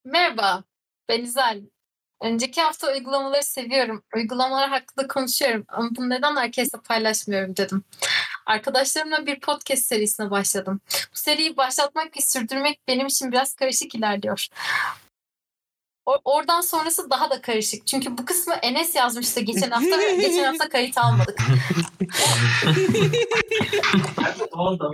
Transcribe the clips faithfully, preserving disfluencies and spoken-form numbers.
Merhaba, ben İzel. Önceki hafta uygulamaları seviyorum. Uygulamalar hakkında konuşuyorum ama bunu neden herkesle paylaşmıyorum dedim. Arkadaşlarımla bir podcast serisine başladım. Bu seriyi başlatmak ve sürdürmek benim için biraz karışık ilerliyor. O- oradan sonrası daha da karışık. Çünkü bu kısmı Enes yazmıştı geçen hafta ve geçen hafta kayıt almadık. Oldu.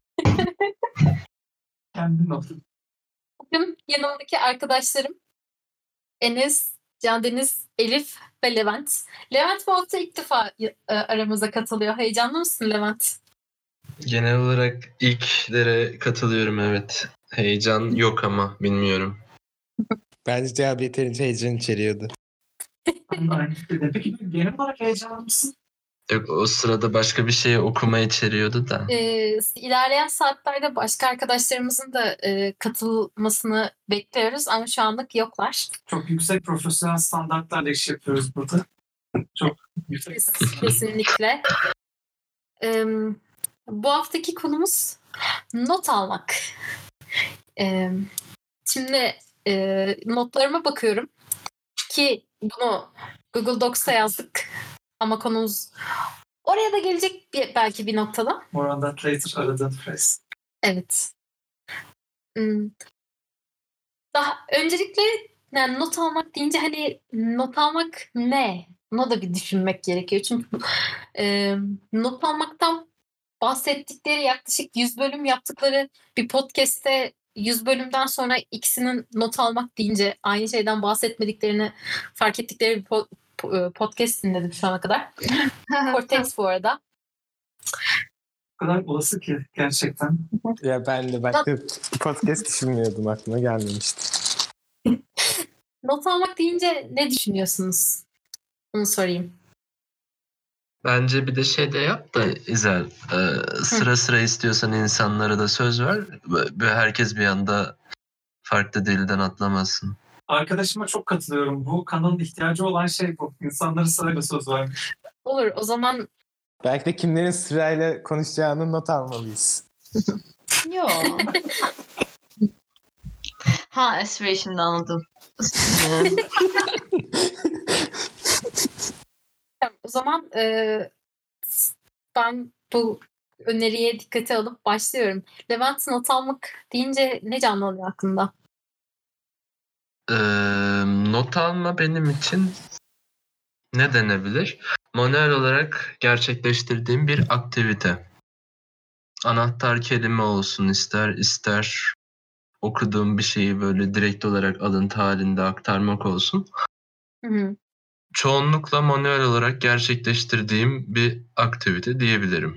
Kendin oldun. Bugün yanımdaki arkadaşlarım Enes, Candeniz, Elif ve Levent. Levent bu hafta ilk defa e, aramıza katılıyor. Heyecanlı mısın Levent? Genel olarak ilklere katılıyorum, evet. Heyecan yok ama bilmiyorum. Bence cevap yeterince heyecan içeriyordu. Aynı fikirde. Peki genel olarak heyecanlı mısın? Yok, o sırada başka bir şey okuma içeriyordu da. Ee, ilerleyen saatlerde başka arkadaşlarımızın da e, katılmasını bekliyoruz ama şu anlık yoklar. Çok yüksek profesyonel standartlarla iş yapıyoruz burada. Çok yüksek. Kes- Kesinlikle. Ee, bu haftaki konumuz not almak. Ee, şimdi e, notlarıma bakıyorum ki bunu Google Docs'a yazdık ama konumuz oraya da gelecek bir, belki bir noktada. More on that later aradığın phrase. Evet. Hmm. Daha öncelikle yani not almak deyince hani not almak ne? Ona da bir düşünmek gerekiyor. Çünkü e, not almaktan bahsettikleri yaklaşık yüz bölüm yaptıkları bir podcast'te yüz bölümden sonra ikisinin not almak deyince aynı şeyden bahsetmediklerini fark ettikleri bir po- po- podcast dinledim şu ana kadar. Cortex bu arada. O kadar olası ki gerçekten. Ya ben de başka podcast düşünmüyordum, aklıma gelmemişti. Not almak deyince ne düşünüyorsunuz? Onu sorayım. Bence bir de şey de yap da İzel. e, sıra sıra istiyorsan insanlara da söz ver. Ve herkes bir anda farklı dilden atlamasın. Arkadaşıma çok katılıyorum. Bu kanalın ihtiyacı olan şey bu. İnsanlara sırayla söz vermek. Olur o zaman Belki de kimlerin sırayla konuşacağını not almalıyız. Yo. Ha, aspiration'da anladım. o zaman e, ben bu öneriye dikkate alıp başlıyorum. Levent not almak deyince ne canlanıyor aklında? Ee, not alma benim için ne denebilir? Manuel olarak gerçekleştirdiğim bir aktivite. Anahtar kelime olsun ister, ister okuduğum bir şeyi böyle direkt olarak alıntı halinde aktarmak olsun. Hı hı. Çoğunlukla manuel olarak gerçekleştirdiğim bir aktivite diyebilirim.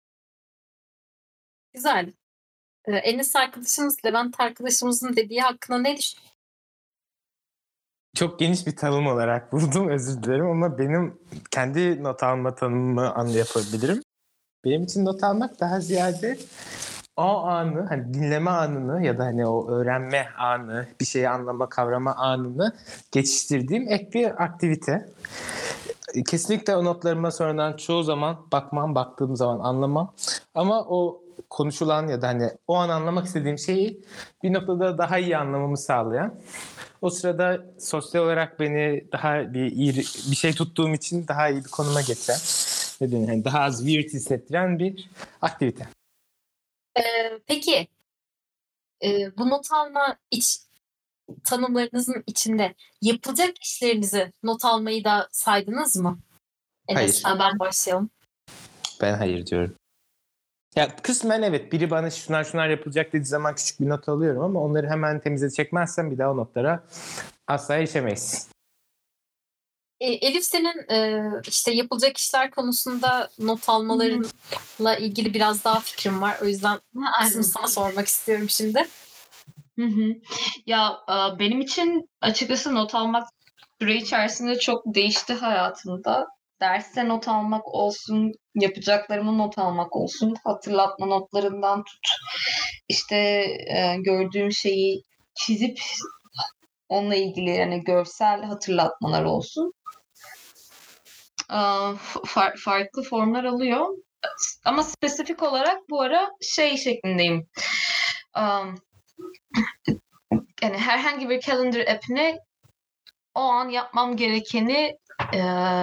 Güzel. Ee, Enes arkadaşımız, Levent arkadaşımızın dediği hakkında ne düşünüyorsun? Çok geniş bir tanım olarak buldum, özür dilerim, ama benim kendi not alma tanımımı an yapabilirim. Benim için not almak daha ziyade o anı, hani dinleme anını ya da hani o öğrenme anı, bir şeyi anlama, kavrama anını geçiştirdiğim ek bir aktivite. Kesinlikle o notlarıma sonradan çoğu zaman bakmam, baktığım zaman anlamam. Ama o konuşulan ya da hani o an anlamak istediğim şeyi bir noktada daha iyi anlamamı sağlayan, o sırada sosyal olarak beni daha bir iyi bir şey tuttuğum için daha iyi bir konuma geçen, ne diyeyim, yani daha az weird hissettiren bir aktivite. Ee, peki e, bu not alma iç tanımlarınızın içinde yapılacak işlerinizi not almayı da saydınız mı? Enes, Hayır. ben başlayalım. Ben hayır diyorum. Ya kısmen evet, biri bana şunlar şunlar yapılacak dediği zaman küçük bir not alıyorum ama onları hemen temize çekmezsem bir daha o notlara asla erişemeyiz. E, Elif senin e, işte yapılacak işler konusunda not almalarınla ilgili biraz daha fikrim var. O yüzden aslında sana sormak istiyorum şimdi. Hı hı. Ya e, benim için açıkçası not almak süre içerisinde çok değişti hayatımda. Derste not almak olsun, yapacaklarımı not almak olsun, hatırlatma notlarından tut. İşte e, gördüğüm şeyi çizip onunla ilgili yani görsel hatırlatmalar olsun. E, far- farklı formlar alıyor. Ama spesifik olarak bu ara şey şeklindeyim. Um, yani herhangi bir calendar app'ine o an yapmam gerekeni e,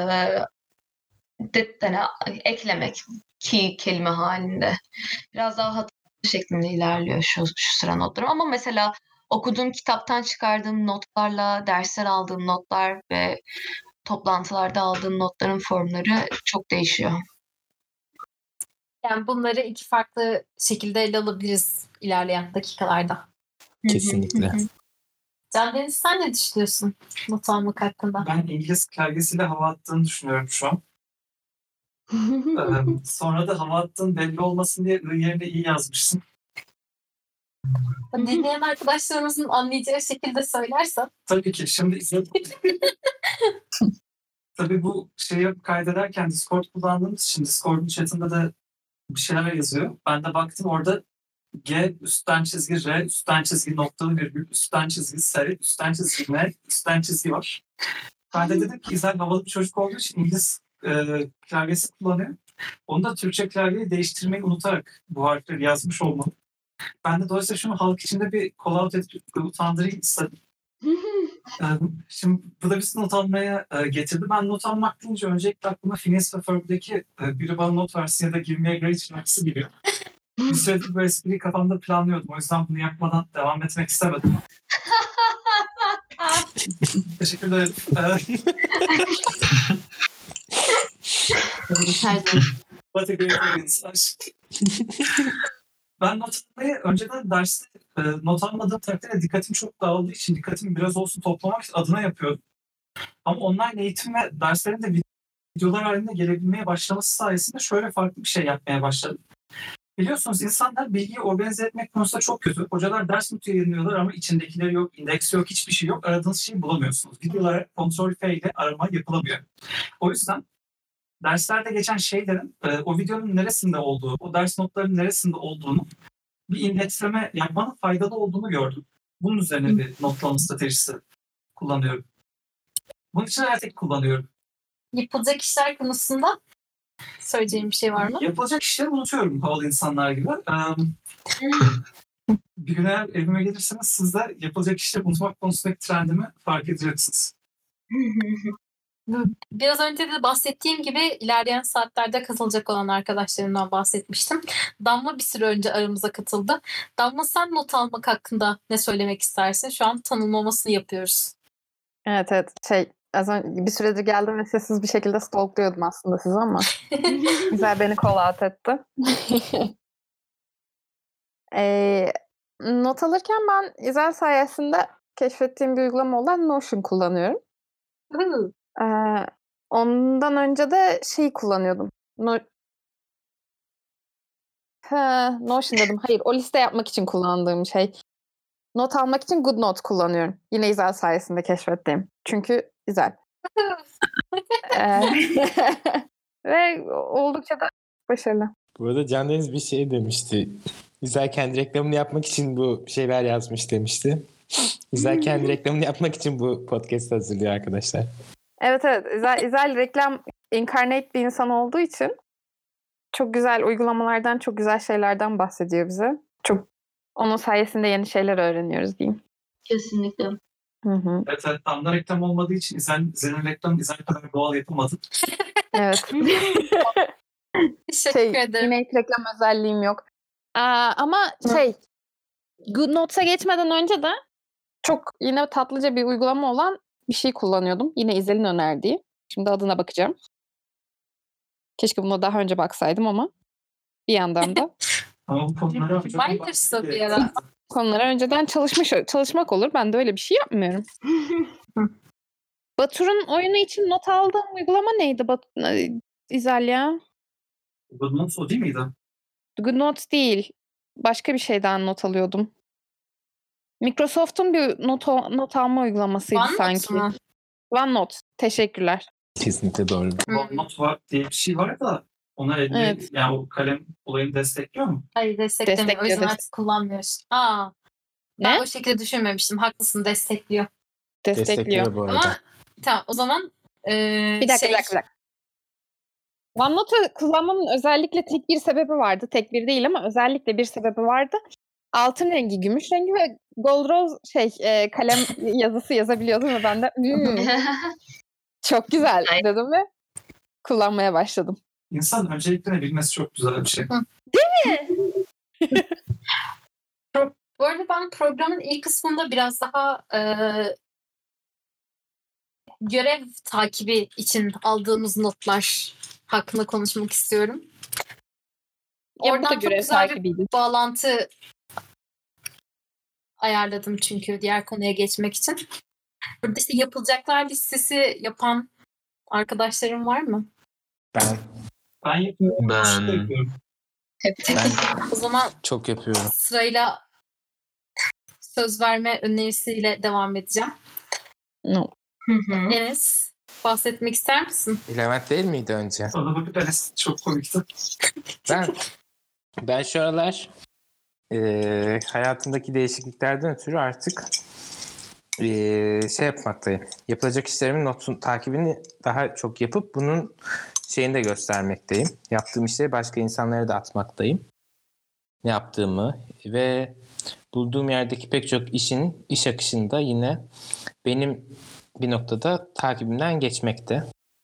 de, yani, eklemek ki kelime halinde. Biraz daha hatırlı şeklinde ilerliyor şu, şu sıra notlarım. Ama mesela okuduğum kitaptan çıkardığım notlarla dersler aldığım notlar ve toplantılarda aldığım notların formları çok değişiyor. Yani bunları iki farklı şekilde ele alabiliriz ilerleyen dakikalarda. Kesinlikle. Can Deniz, sen ne düşünüyorsun not almak hakkında? Ben İngiliz klavyesiyle hava attığını düşünüyorum şu an. Ee, sonra da hava attığın belli olmasın diye ı yerine iyi yazmışsın. Dinleyen arkadaşlarımızın anlayacağı şekilde söylersen. Tabii ki. Şimdi tabii bu şeyi kaydederken Discord kullandığımız için Discord'un chatinde de bir şeyler yazıyor. Ben de baktım orada G üstten çizgi R üstten çizgi noktalı virgül üstten çizgi S üstten çizgi M üstten çizgi var. Ben de dedim ki İzel havalı bir çocuk olduğu için İngiliz e, klavyesi kullanıyor. Onu da Türkçe klavyeyi değiştirmeyi unutarak bu harfleri yazmış olmalı. Ben de dolayısıyla şunu halk içinde bir call out edip utandırayım istedim. Şimdi bu da bizi not almaya getirdi. Ben not almak deyince öncelikle aklıma Phineas ve Ferb'deki biri bana not versin ya da girmeye Great şarkısı geliyor. Bir süredir bu espriyi kafamda planlıyordum. O yüzden bunu yapmadan devam etmek istemedim. Teşekkür ederim. What a great audience. Ben not almayı önceden derste e, not almadığım takdirde dikkatim çok dağıldığı için dikkatimi biraz olsun toplamak adına yapıyordum. Ama online eğitim ve derslerin de videolar halinde gelebilmeye başlaması sayesinde şöyle farklı bir şey yapmaya başladım. Biliyorsunuz insanlar bilgiyi organize etmek konusunda çok kötü. Hocalar ders notu yayınlıyorlar ama içindekileri yok, indeksi yok, hiçbir şey yok. Aradığınız şeyi bulamıyorsunuz. Videolara kontrol F ile arama yapılamıyor. O yüzden derslerde geçen şeylerin e, o videonun neresinde olduğu, o ders notlarının neresinde olduğunu bir indeksleme yapmanın faydalı olduğunu gördüm. Bunun üzerine bir notlama stratejisi kullanıyorum. Bunun için artık kullanıyorum. Yapılacak işler konusunda söyleyeceğim bir şey var mı? Yapılacak işleri unutuyorum havalı insanlar gibi. Bir gün eğer evime gelirseniz siz de yapılacak işleri unutmak konusundaki trendimi fark edeceksiniz. Biraz önce de bahsettiğim gibi ilerleyen saatlerde katılacak olan arkadaşlarımdan bahsetmiştim. Damla bir süre önce aramıza katıldı. Damla, sen not almak hakkında ne söylemek istersin? Şu an tanımlamasını yapıyoruz. Evet evet şey az önce bir süredir geldim ve sessiz bir şekilde stalklıyordum aslında sizi ama güzel beni call out etti. ee, not alırken ben İzel sayesinde keşfettiğim bir uygulama olan Notion kullanıyorum. Ee, ondan önce de şey kullanıyordum. No... Ha, Notion dedim. Hayır, o liste yapmak için kullandığım şey. Not almak için GoodNote kullanıyorum. Yine İzel sayesinde keşfettiğim. Çünkü İzel. ee, ve oldukça da başarılı. Bu arada Can Deniz bir şey demişti. İzel kendi reklamını yapmak için bu şeyler yazmış demişti. İzel kendi reklamını yapmak için bu podcast hazırlıyor arkadaşlar. Evet evet. İzel, İzel reklam incarnate bir insan olduğu için çok güzel uygulamalardan, çok güzel şeylerden bahsediyor bize. Çok onun sayesinde yeni şeyler öğreniyoruz diyeyim. Kesinlikle. Hı hı. Evet, evet. Damla reklam olmadığı için İzel, İzel'in reklamı İzel kadar doğal yapamadı. Evet. Teşekkür şey, ederim. Yine hiç reklam özelliğim yok. Aa, ama şey GoodNotes'a geçmeden önce de çok yine tatlıca bir uygulama olan bir şey kullanıyordum. Yine İzel'in önerdiği. Şimdi adına bakacağım. Keşke buna daha önce baksaydım ama bir yandan da. Ama bu konulara Writers'ta bir ara. Konulara önceden çalışmış çalışmak olur. Ben de öyle bir şey yapmıyorum. Batur'un oyunu için not aldığım uygulama neydi Bat İzel ya? GoodNotes o değil miydi? GoodNotes değil. Başka bir şeyden not alıyordum. Microsoft'un bir not, not alma uygulamasıydı OneNote sanki. mu? OneNote. Teşekkürler. Kesinlikle doğru. OneNote var diye bir şey var da ona elde, Evet. yani o kalem olayını destekliyor mu? Hayır, desteklemiyor. O Destekliyor, yüzden destek- artık kullanmıyoruz. Aa, ben Ne? o şekilde düşünmemiştim. Haklısın, destekliyor. Destekliyor. Destekliyor bu arada. Ama tamam, o zaman e, Bir dakika, şey, bir dakika, bir dakika. OneNote'u kullanmamın özellikle tek bir sebebi vardı. Tek bir değil ama özellikle bir sebebi vardı. Altın rengi, gümüş rengi ve Gold Rose şey e, kalem yazısı yazabiliyordum ve ben de "Hmm, çok güzel dedim ve kullanmaya başladım. İnsan önceliklerini bilmesi çok güzel bir şey. Bu arada ben programın ilk kısmında biraz daha e, görev takibi için aldığımız notlar hakkında konuşmak istiyorum. Ya bu da Oradan çok görev güzel bir takibiydi. bağlantı ayarladım çünkü diğer konuya geçmek için. Burada işte yapılacaklar listesi yapan arkadaşlarım var mı? Ben Ben yapıyorum. Ben- işte yapıyorum. ben O zaman çok yapıyorum. sırayla söz verme önerisiyle devam edeceğim. No. Hı hı. Enes, bahsetmek ister misin? Levent değil miydi önce? Sana bakıp Enes çok komikti. Ben ben şu aralar eee hayatımdaki değişikliklerden ötürü artık eee, şey yapmaktayım. Yapılacak işlerimin notun takibini daha çok yapıp bunun şeyini de göstermekteyim. Yaptığım işleri başka insanlara da atmaktayım. Ne yaptığımı ve bulduğum yerdeki pek çok işin iş akışında yine benim bir noktada takibimden geçmekte.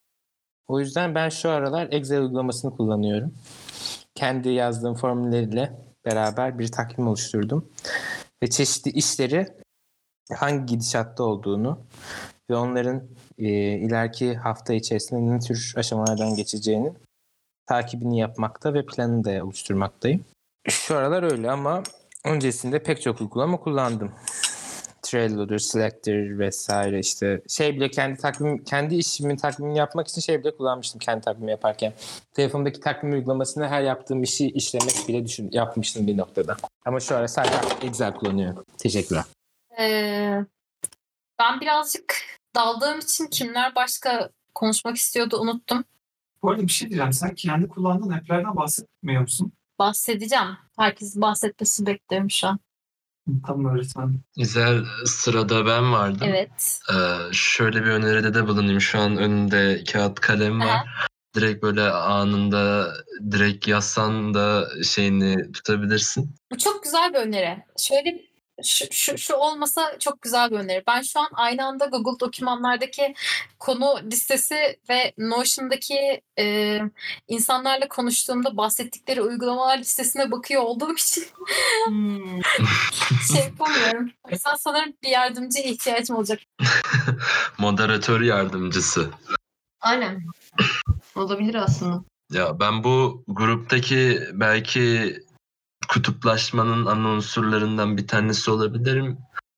O yüzden ben şu aralar Excel uygulamasını kullanıyorum. Kendi yazdığım formülleriyle beraber bir takvim oluşturdum. Ve çeşitli işleri hangi gidişatta olduğunu ve onların e, ileriki hafta içerisinde ne tür aşamalardan geçeceğini takibini yapmakta ve planını da oluşturmaktayım. Şu aralar öyle ama öncesinde pek çok uygulama kullandım. Trello'dur, Slack'tir vesaire işte şey bile kendi takvim kendi işimin takvimini yapmak için şey bile kullanmıştım kendi takvimi yaparken. Telefondaki takvim uygulamasını her yaptığım işi işlemek bile düşün yapmıştım bir noktada. Ama şu ara sadece Excel kullanıyorum. Teşekkürler. Ee, ben birazcık daldığım için kimler başka konuşmak istiyordu unuttum. Bu arada bir şey diyeceğim. Sen kendi kullandığın app'lerden bahsetmiyor musun? Bahsedeceğim. Herkes bahsetmesi bekliyorum şu an. Tamam öğretmen. İzel sırada ben vardım. Evet. Ee, şöyle bir öneride de bulunayım. Şu an önümde kağıt kalem var. Direkt böyle anında direkt yazsan da şeyini tutabilirsin. Bu çok güzel bir öneri. Şöyle şu, şu, şu olmasa çok güzel bir öneri. Ben şu an aynı anda Google dokümanlardaki konu listesi ve Notion'daki e, insanlarla konuştuğumda bahsettikleri uygulamalar listesine bakıyor olduğum için Hmm. şey yapamıyorum. O yüzden sanırım bir yardımcıya ihtiyacım olacak. Moderatör yardımcısı. Aynen. Olabilir aslında. Ya ben bu gruptaki belki kutuplaşmanın ana unsurlarından bir tanesi olabilirim.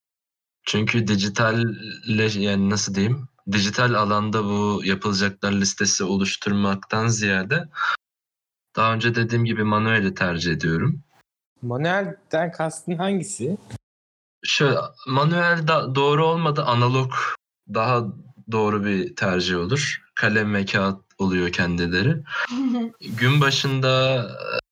Çünkü dijitalle yani nasıl diyeyim? Dijital alanda bu yapılacaklar listesi oluşturmaktan ziyade daha önce dediğim gibi manueli tercih ediyorum. Manuelden kastın hangisi? Şöyle manuel da doğru olmadı, analog daha doğru bir tercih olur. Kalem ve kağıt oluyor kendileri. Gün başında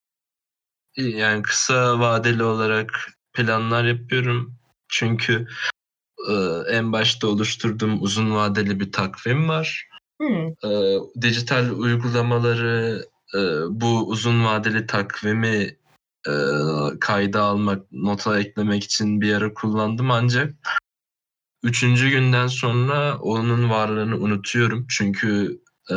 yani kısa vadeli olarak planlar yapıyorum. Çünkü e, en başta oluşturduğum uzun vadeli bir takvim var. Hmm. E, dijital uygulamaları e, bu uzun vadeli takvimi e, kayda almak, nota eklemek için bir ara kullandım ancak üçüncü günden sonra onun varlığını unutuyorum. Çünkü e,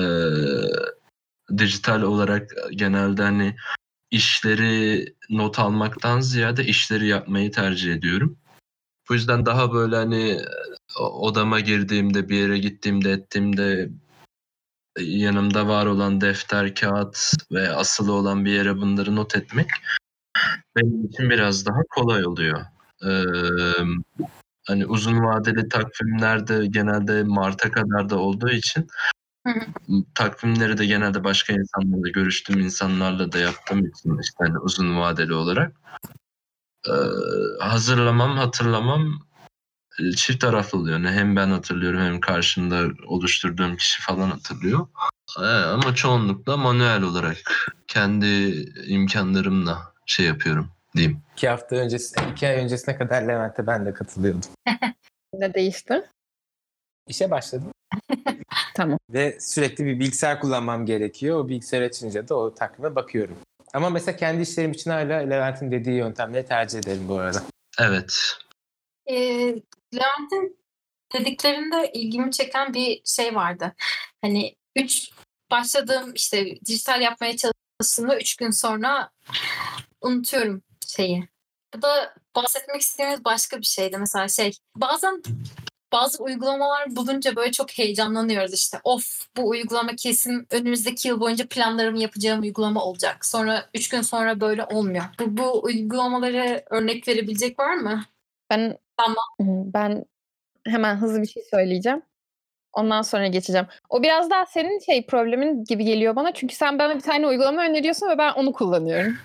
dijital olarak genelde hani işleri not almaktan ziyade işleri yapmayı tercih ediyorum. Bu yüzden daha böyle hani odama girdiğimde, bir yere gittiğimde, ettiğimde yanımda var olan defter, kağıt ve asılı olan bir yere bunları not etmek benim için biraz daha kolay oluyor. Ee, hani uzun vadeli takvimlerde genelde Mart'a kadar da olduğu için takvimleri de genelde başka insanlarla, görüştüğüm insanlarla da yaptığım için işte hani uzun vadeli olarak ee, hazırlamam, hatırlamam çift taraflı oluyor. Yani hem ben hatırlıyorum hem karşımda oluşturduğum kişi falan hatırlıyor. Ee, ama çoğunlukla manuel olarak kendi imkanlarımla şey yapıyorum diyeyim. İki hafta öncesi, iki ay öncesine kadar Levent'e ben de katılıyordum. Ne değişti? İşe başladım. Tamam. Ve sürekli bir bilgisayar kullanmam gerekiyor. O bilgisayar açınca da o takvime bakıyorum. Ama mesela kendi işlerim için hala Levent'in dediği yöntemleri tercih ederim bu arada. Evet. e, Levent'in dediklerinde ilgimi çeken bir şey vardı. Hani üç başladığım işte dijital yapmaya çalıştığımda üç gün sonra unutuyorum şeyi. Bu da bahsetmek istediğimiz başka bir şeydi. Mesela şey bazen bazı uygulamalar bulunca böyle çok heyecanlanıyoruz işte. Of bu uygulama kesin önümüzdeki yıl boyunca planlarımı yapacağım uygulama olacak. Sonra üç gün sonra böyle olmuyor. Bu, bu uygulamalara örnek verebilecek var mı? Ben Tamam. ben hemen hızlı bir şey söyleyeceğim. Ondan sonra geçeceğim. O biraz daha senin şey problemin gibi geliyor bana. Çünkü sen bana bir tane uygulama öneriyorsun ve ben onu kullanıyorum.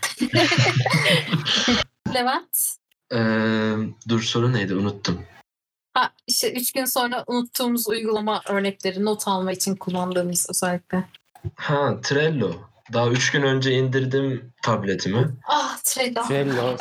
Levent? Ee, dur soru neydi? Unuttum. Ha, işte üç gün sonra unuttuğumuz uygulama örnekleri not alma için kullandığımız özellikle. Ha, Trello. Daha üç gün önce indirdim tabletimi. Ah Trello. Trello.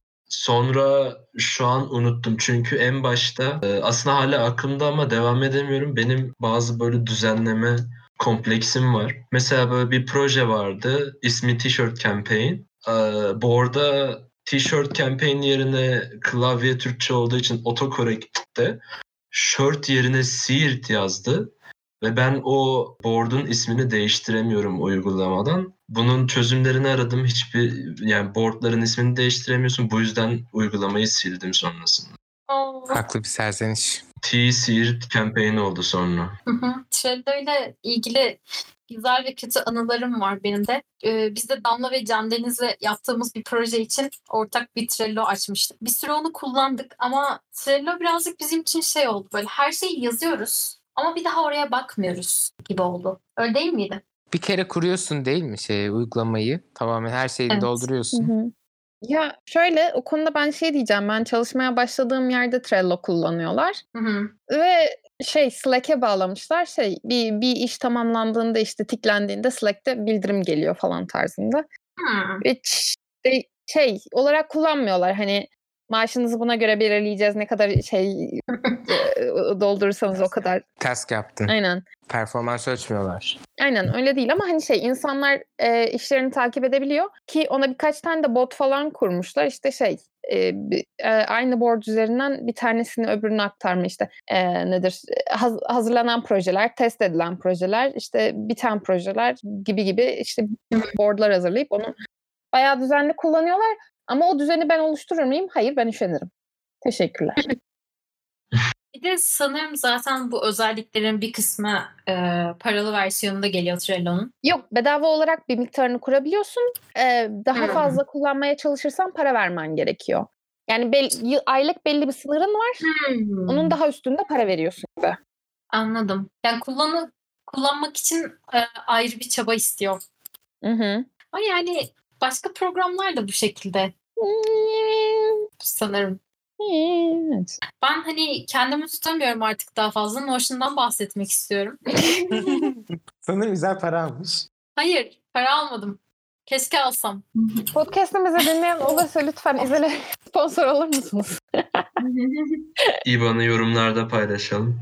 Sonra şu an unuttum. Çünkü en başta e, aslında hala aklımda ama devam edemiyorum. Benim bazı böyle düzenleme kompleksim var. Mesela böyle bir proje vardı. İsmi T-shirt Campaign. Ee, board'a T-shirt Campaign yerine klavye Türkçe olduğu için autocorrect'te shirt yerine siirt yazdı. Ve ben o board'un ismini değiştiremiyorum uygulamadan. Bunun çözümlerini aradım. Hiçbir yani board'ların ismini değiştiremiyorsun. Bu yüzden uygulamayı sildim sonrasında. Oh. Haklı bir serzeniş. T-Siirt campaign oldu sonra. Hı hı. Trello ile ilgili güzel ve kötü anılarım var benim de. Ee, biz de Damla ve Can Deniz'le yaptığımız bir proje için ortak bir Trello açmıştık. Bir süre onu kullandık ama Trello birazcık bizim için şey oldu böyle her şeyi yazıyoruz ama bir daha oraya bakmıyoruz gibi oldu. Öyle değil miydi? Bir kere kuruyorsun değil mi şey uygulamayı? Tamamen her şeyini Evet. dolduruyorsun. Hı hı. Ya şöyle o konuda ben şey diyeceğim. Ben çalışmaya başladığım yerde Trello kullanıyorlar. Hı hı. Ve şey Slack'e bağlamışlar. Şey bir bir iş tamamlandığında işte tiklendiğinde Slack'te bildirim geliyor falan tarzında. Hı. Hiç de şey olarak kullanmıyorlar. Hani maaşınızı buna göre belirleyeceğiz. Ne kadar şey e, doldurursanız o kadar. Task yaptın. Aynen. Performans ölçmüyorlar. Aynen öyle değil ama hani şey insanlar e, işlerini takip edebiliyor ki ona birkaç tane de bot falan kurmuşlar. İşte şey e, bi- e, aynı board üzerinden bir tanesini öbürüne aktarma işte e, nedir Haz- hazırlanan projeler, test edilen projeler, işte biten projeler gibi gibi işte boardlar hazırlayıp onu bayağı düzenli kullanıyorlar. Ama o düzeni ben oluşturur muyum? Hayır, ben üşenirim. Teşekkürler. Bir de sanırım zaten bu özelliklerin bir kısmı e, paralı versiyonunda geliyor Trello'nun. Yok, bedava olarak bir miktarını kurabiliyorsun. Ee, daha Hmm. fazla kullanmaya çalışırsan para vermen gerekiyor. Yani bel- yıl- aylık belli bir sınırın var. Hmm. Onun daha üstünde para veriyorsun gibi. Anladım. Yani kullanı, kullanmak için e, ayrı bir çaba istiyor. Hı hı. Ama yani başka programlar da bu şekilde sanırım. Evet. Ben hani kendimi tutamıyorum artık daha fazla. Notion'dan bahsetmek istiyorum. Sanırım güzel para almış. Hayır, para almadım. Keşke alsam. Podcast'imizi dinleyen olursa lütfen İzel'e sponsor olur musunuz? İ B A N'ı yorumlarda paylaşalım.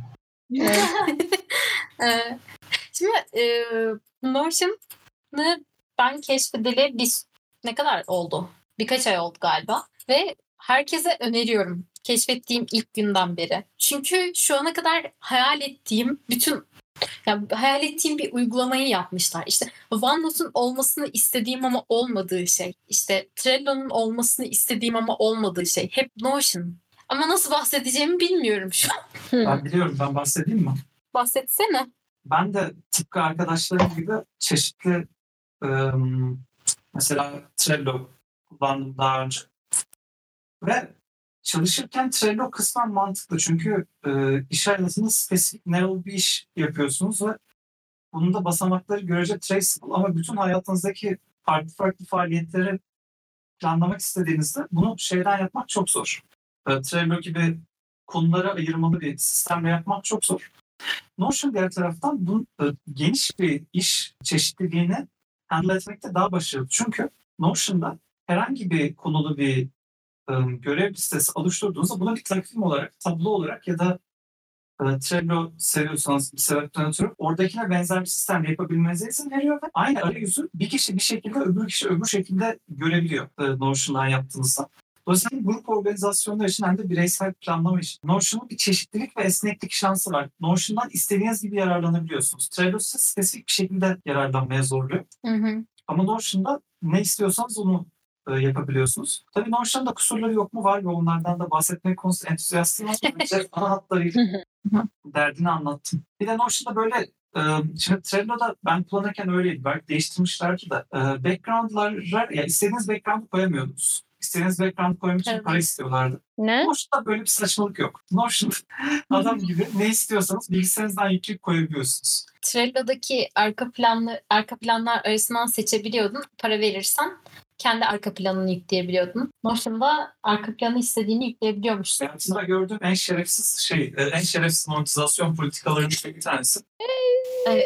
Ee, Şimdi e, Notion'ı ben keşfedeli bir, ne kadar oldu? Birkaç ay oldu galiba. Ve herkese öneriyorum. Keşfettiğim ilk günden beri. Çünkü şu ana kadar hayal ettiğim bütün yani hayal ettiğim bir uygulamayı yapmışlar. İşte OneNote'un olmasını istediğim ama olmadığı şey. İşte Trello'nun olmasını istediğim ama olmadığı şey. Hep Notion. Ama nasıl bahsedeceğimi bilmiyorum şu an. Ben biliyorum, ben bahsedeyim mi? Bahsetsene. Ben de tıpkı arkadaşlarım gibi çeşitli ım, mesela Trello kullandım daha önce. Ve çalışırken Trello kısmen mantıklı. Çünkü e, iş hayatında spesifik narrow bir iş yapıyorsunuz ve bunun da basamakları görece traceable ama bütün hayatınızdaki farklı farklı faaliyetleri planlamak istediğinizde bunu şeyden yapmak çok zor. E, Trello gibi konulara ayırmalı bir sistemle yapmak çok zor. Notion diğer taraftan bu e, geniş bir iş çeşitliliğini handle etmekte daha başarılı. Çünkü Notion'da herhangi bir konulu bir e, görev listesi oluşturduğunuzda buna bir takvim olarak, tablo olarak ya da e, Trello seviyorsanız bir sebepten ötürü oradakine benzer bir sistemle yapabilmenize izin veriyor ve aynı arayüzü bir kişi bir şekilde öbür kişi öbür şekilde görebiliyor e, Notion'dan yaptığınızda. Dolayısıyla grup organizasyonları için hem de bireysel planlama için Notion'un bir çeşitlilik ve esneklik şansı var. Notion'dan istediğiniz gibi yararlanabiliyorsunuz. Trello ise spesifik bir şekilde yararlanmaya zorluyor. Hı hı. Ama Notion'da ne istiyorsanız onu e, yapabiliyorsunuz. Tabii Notion'da kusurları yok mu? Var ve onlardan da bahsetmek konusunda entuziastım. Önce ana hatlarıyla derdini anlattım. Bir de Notion'da böyle e, şimdi Trello'da ben kullanırken öyleydi. Belki değiştirmişlerdi de. E, background'lara ya istediğiniz background'u koyamıyordunuz. İstediğiniz background koymak için Evet. para istiyorlardı. Ne? Notion'da böyle bir saçmalık yok. Notion adam gibi ne istiyorsanız bilgisayarınızdan yükleyip koyabiliyorsunuz. Trello'daki arka planlı arka planlar arasından seçebiliyordun. Para verirsen kendi arka planını yükleyebiliyordun. Notion'da arka planı istediğini yükleyebiliyormuşsun. Hayatımda gördüğüm en şerefsiz şey, e, en şerefsiz monetizasyon politikalarından bir tanesi. Evet.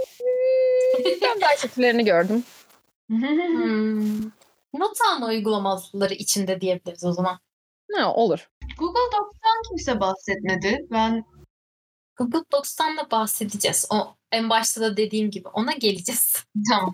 Ben daha kötülerini gördüm. Hmm. Not alma uygulamaları içinde diyebiliriz o zaman. Ha, olur. Google Docs'tan kimse bahsetmedi. Ben Google Docs'tan da bahsedeceğiz. O en başta da dediğim gibi ona geleceğiz. tamam.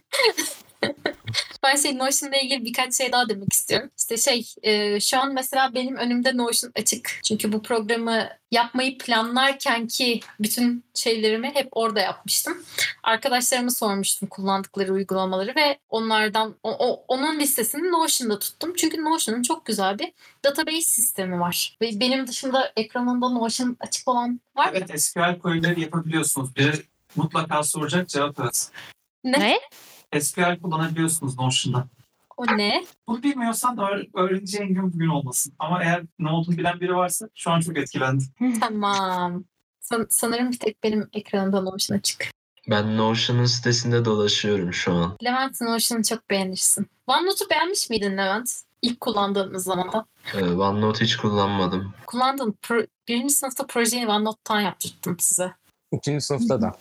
Ben şey Notion'la ilgili birkaç şey daha demek istiyorum. İşte şey e, şu an mesela benim önümde Notion açık. Çünkü bu programı yapmayı planlarken ki bütün şeylerimi hep orada yapmıştım. Arkadaşlarıma sormuştum kullandıkları uygulamaları ve onlardan o, o- onun listesini Notion'da tuttum. Çünkü Notion'un çok güzel bir database sistemi var. Ve benim dışında ekranında Notion açık olan var mı? Evet, S Q L query'leri yapabiliyorsunuz. Biri mutlaka soracak, cevap evet. Ne? Ne? S Q L kullanabiliyorsunuz Notion'da. O ne? Bunu bilmiyorsan öğ- öğreneceğin gün bugün olmasın. Ama eğer ne olduğunu bilen biri varsa şu an çok etkilendim. Tamam. San- sanırım bir tek benim ekranımda Notion açık. Ben Notion'un sitesinde dolaşıyorum şu an. Levent Notion'u çok beğenirsin. OneNote'u beğenmiş miydin Levent? İlk kullandığımız zaman da. Ee, OneNote hiç kullanmadım. Kullandın. Pro- birinci sınıfta projeyi OneNote'tan yaptırttım size. İkinci sınıfta da.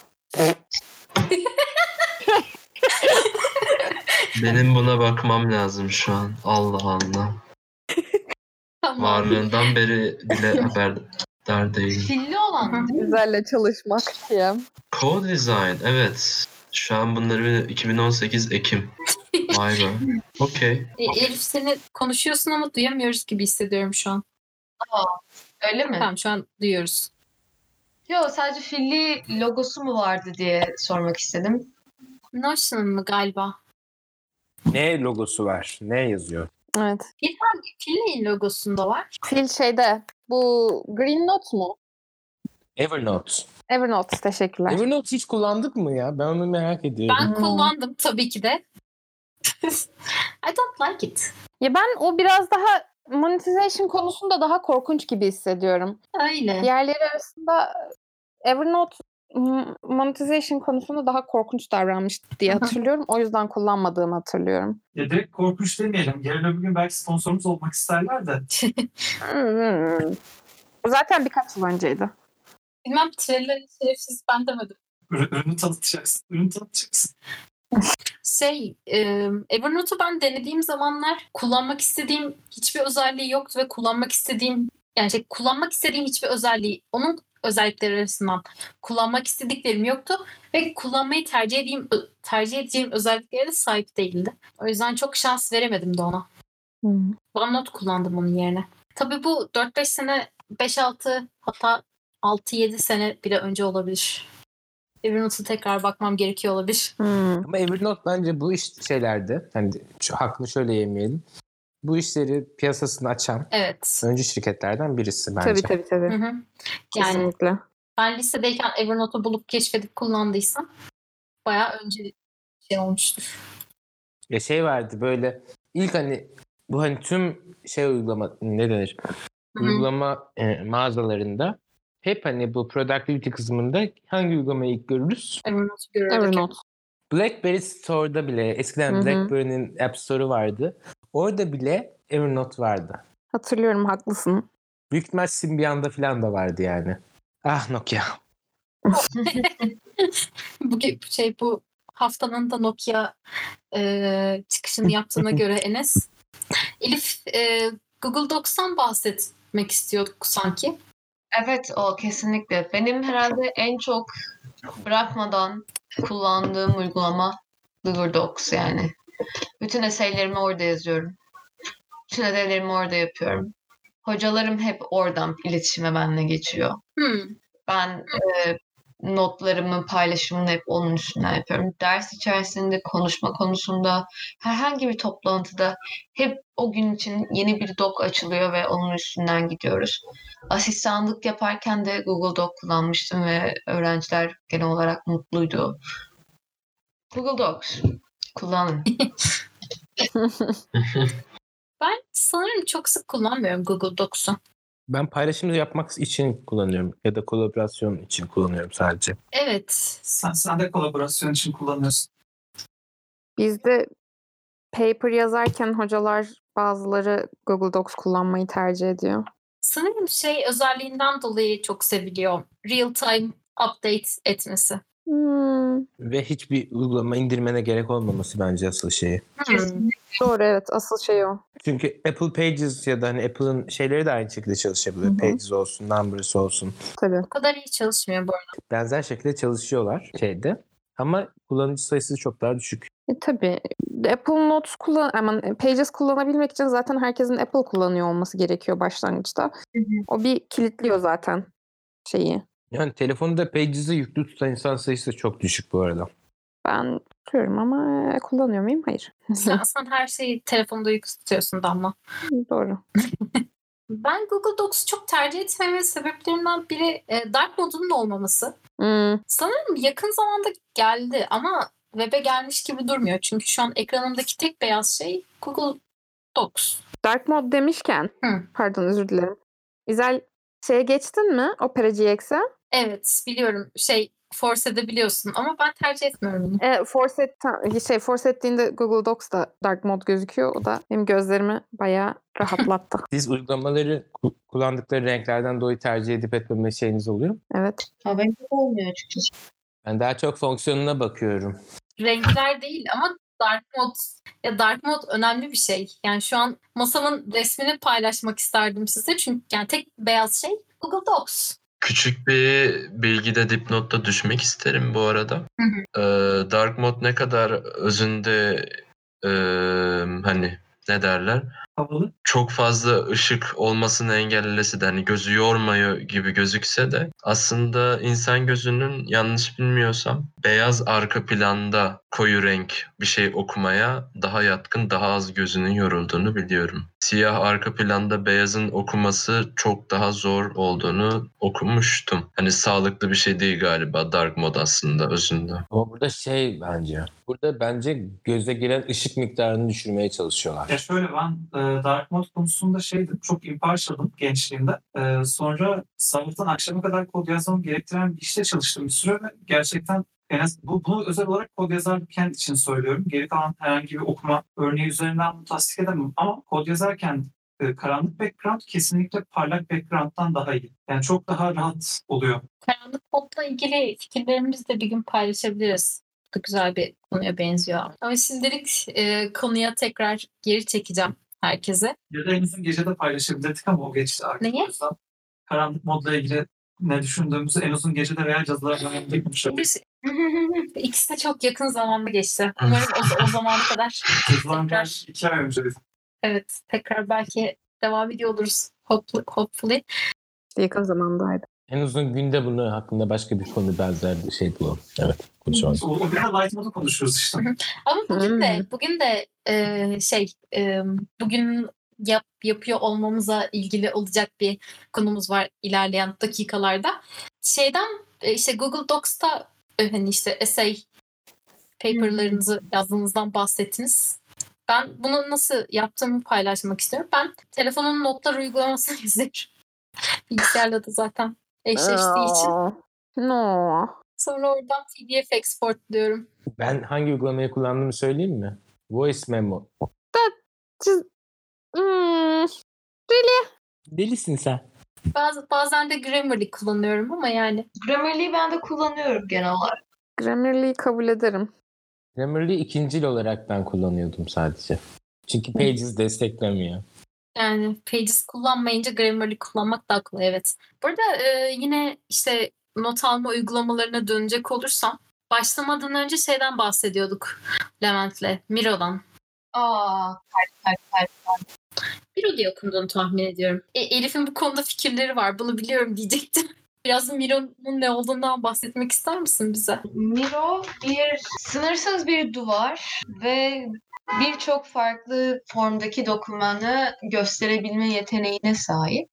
Benim buna bakmam lazım şu an. Allah Allah. Tamam. Varlığından beri bile haberdar değilim. Filli olan değil mi? Güzelle çalışmak diye. Co-design, evet. Şu an bunları iki bin on sekiz Ekim. Vay be. Okey. E, Elif seni konuşuyorsun ama duyamıyoruz gibi hissediyorum şu an. Öyle mi? Tamam şu an duyuyoruz. Yok, sadece filli logosu mu vardı diye sormak istedim. Notion mı galiba? Ne logosu var? Ne yazıyor? Evet. Fille'in logosunda var. Fil şeyde. Bu Green Note mu? Evernote. Evernote. Teşekkürler. Evernote hiç kullandık mı ya? Ben onu merak ediyorum. Ben Hmm. kullandım tabii ki de. I don't like it. Ya ben o biraz daha monetization konusunda daha korkunç gibi hissediyorum. Öyle. Diğerleri arasında Evernote m- monetization konusunda daha korkunç davranmış diye Hı hı. hatırlıyorum. O yüzden kullanmadığımı hatırlıyorum. Ya direkt korkunç demeyelim. Yarın öbür gün belki sponsorumuz olmak isterler de. Hmm. O zaten birkaç yıl önceydi. Bilmem Trello'yu şerefsiz ben demedim. Ür- Ürünü tanıtacaksın. Ürünü tanıtacaksın. Şey, e, Evernote'u ben denediğim zamanlar kullanmak istediğim hiçbir özelliği yoktu ve kullanmak istediğim yani şey, kullanmak istediğim hiçbir özelliği onun özellikleri arasından kullanmak istediklerim yoktu ve kullanmayı tercih edeyim tercih edeceğim özelliklere de sahip değildi. O yüzden çok şans veremedim de ona. Hmm. OneNote kullandım onun yerine. Tabii bu dört beş sene, beş altı hatta altı yedi sene bile önce olabilir. Evernote'a tekrar bakmam gerekiyor olabilir. Hmm. Ama Evernote bence bu iş şeylerde, hani şu hakkını şöyle yemeyelim. Bu işleri piyasasını açan Evet. öncü şirketlerden birisi bence. Tabii tabii tabii. Hı hı. Yani Kesinlikle. ben lisedeyken Evernote'u bulup keşfedip kullandıysam bayağı önce şey olmuştur. Ya şey vardı böyle ilk hani bu hani tüm şey uygulama ne denir? Hı hı. Uygulama e, mağazalarında hep hani bu productivity kısmında hangi uygulamayı ilk görürüz? Evernote'u görürdük. Evernote. BlackBerry Store'da bile eskiden Hı hı. BlackBerry'nin App Store'u vardı. Orada bile Evernote vardı. Hatırlıyorum, haklısın. Büyük ihtimal Symbian'da falan da vardı yani. Ah Nokia. Bu şey bu haftanın da Nokia e, çıkışını yaptığına göre Enes. Elif e, Google Docs'tan bahsetmek istiyorduk sanki. Evet, o kesinlikle. Benim herhalde en çok bırakmadan kullandığım uygulama Google Docs yani. Bütün essaylerimi orada yazıyorum. Bütün ödevlerimi orada yapıyorum. Hocalarım hep oradan iletişime benimle geçiyor. Hmm. Ben e, notlarımın paylaşımını hep onun üstünden yapıyorum. Ders içerisinde konuşma konusunda herhangi bir toplantıda hep o gün için yeni bir doc açılıyor ve onun üstünden gidiyoruz. Asistanlık yaparken de Google Doc kullanmıştım ve öğrenciler genel olarak mutluydu. Google Docs kullanın. Ben sanırım çok sık kullanmıyorum Google Docs'u. Ben paylaşım yapmak için kullanıyorum ya da kolaborasyon için kullanıyorum sadece. Evet. Sen, sen de kolaborasyon için kullanıyorsun. Bizde paper yazarken hocalar bazıları Google Docs kullanmayı tercih ediyor. Sanırım şey özelliğinden dolayı çok seviliyor. Real time update etmesi. Hmm, Ve hiçbir uygulama indirmene gerek olmaması bence asıl şeyi. Hmm. doğru evet asıl şey o. Çünkü Apple Pages ya da hani Apple'ın şeyleri de aynı şekilde çalışabilir. Hı hı. Pages olsun, Numbers olsun. Tabii. O kadar iyi çalışmıyor bu arada. Benzer şekilde çalışıyorlar şeyde. Ama kullanıcı sayısı çok daha düşük. E, tabii. Apple Notes kullan, aman Pages kullanabilmek için zaten herkesin Apple kullanıyor olması gerekiyor başlangıçta. Hı hı. O bir kilitliyor zaten şeyi. Yani telefonda Pages'i yüklü tutan insan sayısı da çok düşük bu arada. Ben tutuyorum ama e, kullanıyor muyum? Hayır. Sen, sen her şeyi telefonda yüklü tutuyorsun Damla. Doğru. Ben Google Docs'u çok tercih etmemin sebeplerinden biri e, dark mode'unun olmaması. Hmm, Sanırım yakın zamanda geldi ama web'e gelmiş gibi durmuyor. Çünkü şu an ekranımdaki tek beyaz şey Google Docs. Dark mode demişken, Hı. pardon özür dilerim. İzel şeye geçtin mi? Opera G X'e? Evet biliyorum şey force edebiliyorsun ama ben tercih etmiyorum bunu. E, force, et, şey, force ettiğinde Google Docs'ta dark mode gözüküyor. O da benim gözlerimi bayağı rahatlattı. Siz uygulamaları ku- kullandıkları renklerden dolayı tercih edip etmeme şeyiniz oluyor mu? Evet. Ha, benim çok olmuyor açıkçası. Ben daha çok fonksiyonuna bakıyorum. Renkler değil ama dark mode ya dark mode önemli bir şey. Yani şu an masamın resmini paylaşmak isterdim size çünkü yani tek beyaz şey Google Docs. Küçük bir bilgide dipnotta düşmek isterim bu arada. Hı hı. Ee, Dark Mode ne kadar özünde e, hani ne derler? Havalı. Çok fazla ışık olmasını engellese de hani gözü yormuyor gibi gözükse de aslında insan gözünün yanlış bilmiyorsam beyaz arka planda koyu renk bir şey okumaya daha yatkın, daha az gözünün yorulduğunu biliyorum. Siyah arka planda beyazın okuması çok daha zor olduğunu okumuştum. Hani sağlıklı bir şey değil galiba dark mode aslında özünde. Ama burada şey bence. Burada bence göze giren ışık miktarını düşürmeye çalışıyorlar. Ya şöyle ben e, Dark Mode konusunda şeydim, çok impartial'dım gençliğimde. E, sonra sabahtan akşama kadar kod yazmamı gerektiren bir işte çalıştım bir süre ve gerçekten en az, bu, bunu özel olarak kod yazarken için söylüyorum. Geri kalan herhangi bir okuma örneği üzerinden bunu tasdik edemem. Ama kod yazarken e, karanlık background kesinlikle parlak background'dan daha iyi. Yani çok daha rahat oluyor. Karanlık modla ilgili fikirlerimizi de bir gün paylaşabiliriz. Bu da güzel bir konuya benziyor. Ama şimdilik e, konuya tekrar geri çekeceğim herkese. Ya da en uzun gecede paylaşabilirdik ama o geçti artık. Neyi? O yüzden karanlık modla ilgili ne düşündüğümüzü en uzun gecede veya yazılarla konuşalım. Bir- İkisi de çok yakın zamanda geçti. Umarım o, o zamana kadar Yazılar tekrar, iki ay önce. evet, tekrar belki devam ediyor oluruz. Hopefully. hopefully. Yakın zamandaydı. En uzun günde bunu hakkında başka bir konu benzer bir şey bulalım. Evet, konuşalım. O, o bir de light modu konuşuyoruz işte. Ama bugün de Hmm. bugün de e, şey e, bugün yap, yapıyor olmamıza ilgili olacak bir konumuz var ilerleyen dakikalarda. Şeyden e, işte Google Docs'ta e, hani işte essay paperlarınızı yazdığınızdan bahsettiniz. Ben bunu nasıl yaptığımı paylaşmak istiyorum. Ben telefonun notlar uygulamasını yazıyorum. Bilgisayarla da zaten eşleştiği için. Aa, No. Sonra oradan P D F exportluyorum. Ben hangi uygulamayı kullandığımı söyleyeyim mi? Voice Memo. Çiz- Hmm. Delisin sen. Bazı, bazen de Grammarly kullanıyorum ama yani. Grammarly'i ben de kullanıyorum genel olarak. Grammarly'yi kabul ederim. Grammarly ikincil olarak ben kullanıyordum sadece. Çünkü Pages desteklemiyor. Yani Pages kullanmayınca Grammarly kullanmak daha kolay, evet. Burada e, yine işte not alma uygulamalarına dönecek olursam başlamadan önce şeyden bahsediyorduk Levent'le, Miro'dan. Aa, kalp kalp kalp. Miro diye okunduğunu tahmin ediyorum. E, Elif'in bu konuda fikirleri var. Bunu biliyorum diyecektim. Biraz Miro'nun ne olduğundan bahsetmek ister misin bize? Miro bir sınırsız bir duvar ve birçok farklı formdaki dokümanı gösterebilme yeteneğine sahip.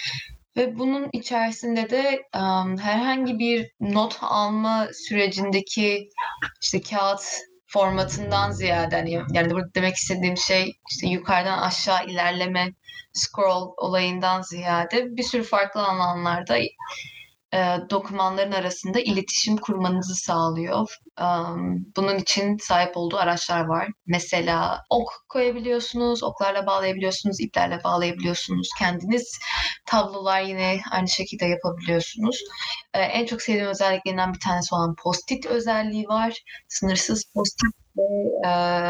Ve bunun içerisinde de um, herhangi bir not alma sürecindeki işte kağıt formatından ziyade hani yani burada demek istediğim şey işte yukarıdan aşağı ilerleme scroll olayından ziyade bir sürü farklı alanlarda e, dokümanların arasında iletişim kurmanızı sağlıyor. Um, bunun için sahip olduğu araçlar var. Mesela ok koyabiliyorsunuz, oklarla bağlayabiliyorsunuz, iplerle bağlayabiliyorsunuz. Kendiniz tablolar yine aynı şekilde yapabiliyorsunuz. E, en çok sevdiğim özelliklerinden bir tanesi olan post-it özelliği var. Sınırsız post-it ve e,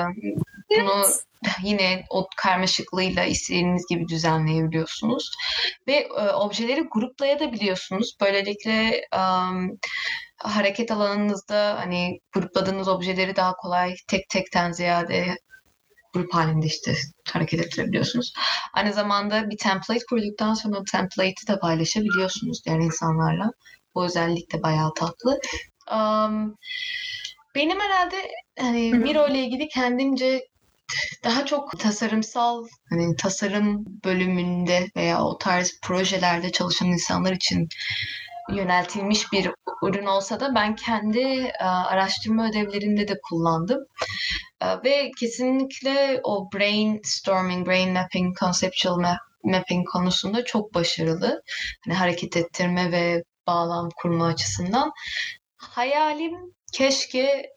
bunu yine o karmaşıklığıyla istediğiniz gibi düzenleyebiliyorsunuz. Ve e, objeleri gruplayabiliyorsunuz. Böylelikle um, hareket alanınızda hani grupladığınız objeleri daha kolay tek tekten ziyade grup halinde işte hareket ettirebiliyorsunuz. Aynı zamanda bir template kurduktan sonra o template'i de paylaşabiliyorsunuz diğer insanlarla. Bu özellik de bayağı tatlı. Um, benim herhalde hani Miro ile ilgili kendimce daha çok tasarımsal hani tasarım bölümünde veya o tarz projelerde çalışan insanlar için yöneltilmiş bir ürün olsa da ben kendi uh, araştırma ödevlerinde de kullandım. Uh, ve kesinlikle o brainstorming, brain mapping, conceptual map, mapping konusunda çok başarılı. Hani hareket ettirme ve bağlam kurma açısından. Hayalim keşke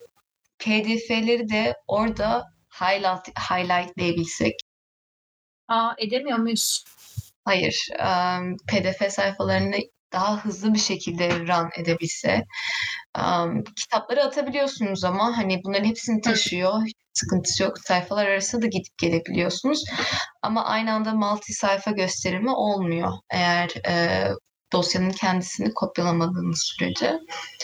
P D F'leri de orada highlight, highlightlayabilsek. Aa, edemiyor muyuz? Hayır. Um, P D F sayfalarını daha hızlı bir şekilde run edebilse. Um, kitapları atabiliyorsunuz ama hani bunların hepsini taşıyor. Hiç sıkıntısı yok. Sayfalar arasında da gidip gelebiliyorsunuz. Ama aynı anda multi sayfa gösterimi olmuyor. Eğer e, dosyanın kendisini kopyalamadığınız sürece.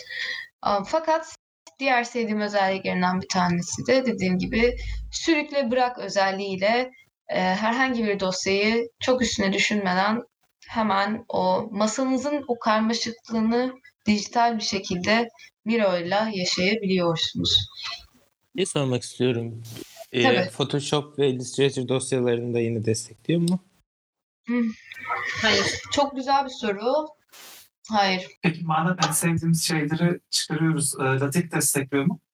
Um, fakat diğer sevdiğim özelliklerinden bir tanesi de dediğim gibi sürükle bırak özelliğiyle e, herhangi bir dosyayı çok üstüne düşünmeden hemen o masanızın o karmaşıklığını dijital bir şekilde Miro'yla yaşayabiliyorsunuz. Bir sormak istiyorum. Ee, Tabii. Photoshop ve Illustrator dosyalarını da yine destekliyor mu? Hmm. Hayır. Çok güzel bir soru. Hayır. Peki madem en sevdiğimiz şeyleri çıkarıyoruz. E, LaTeX destekliyor mu?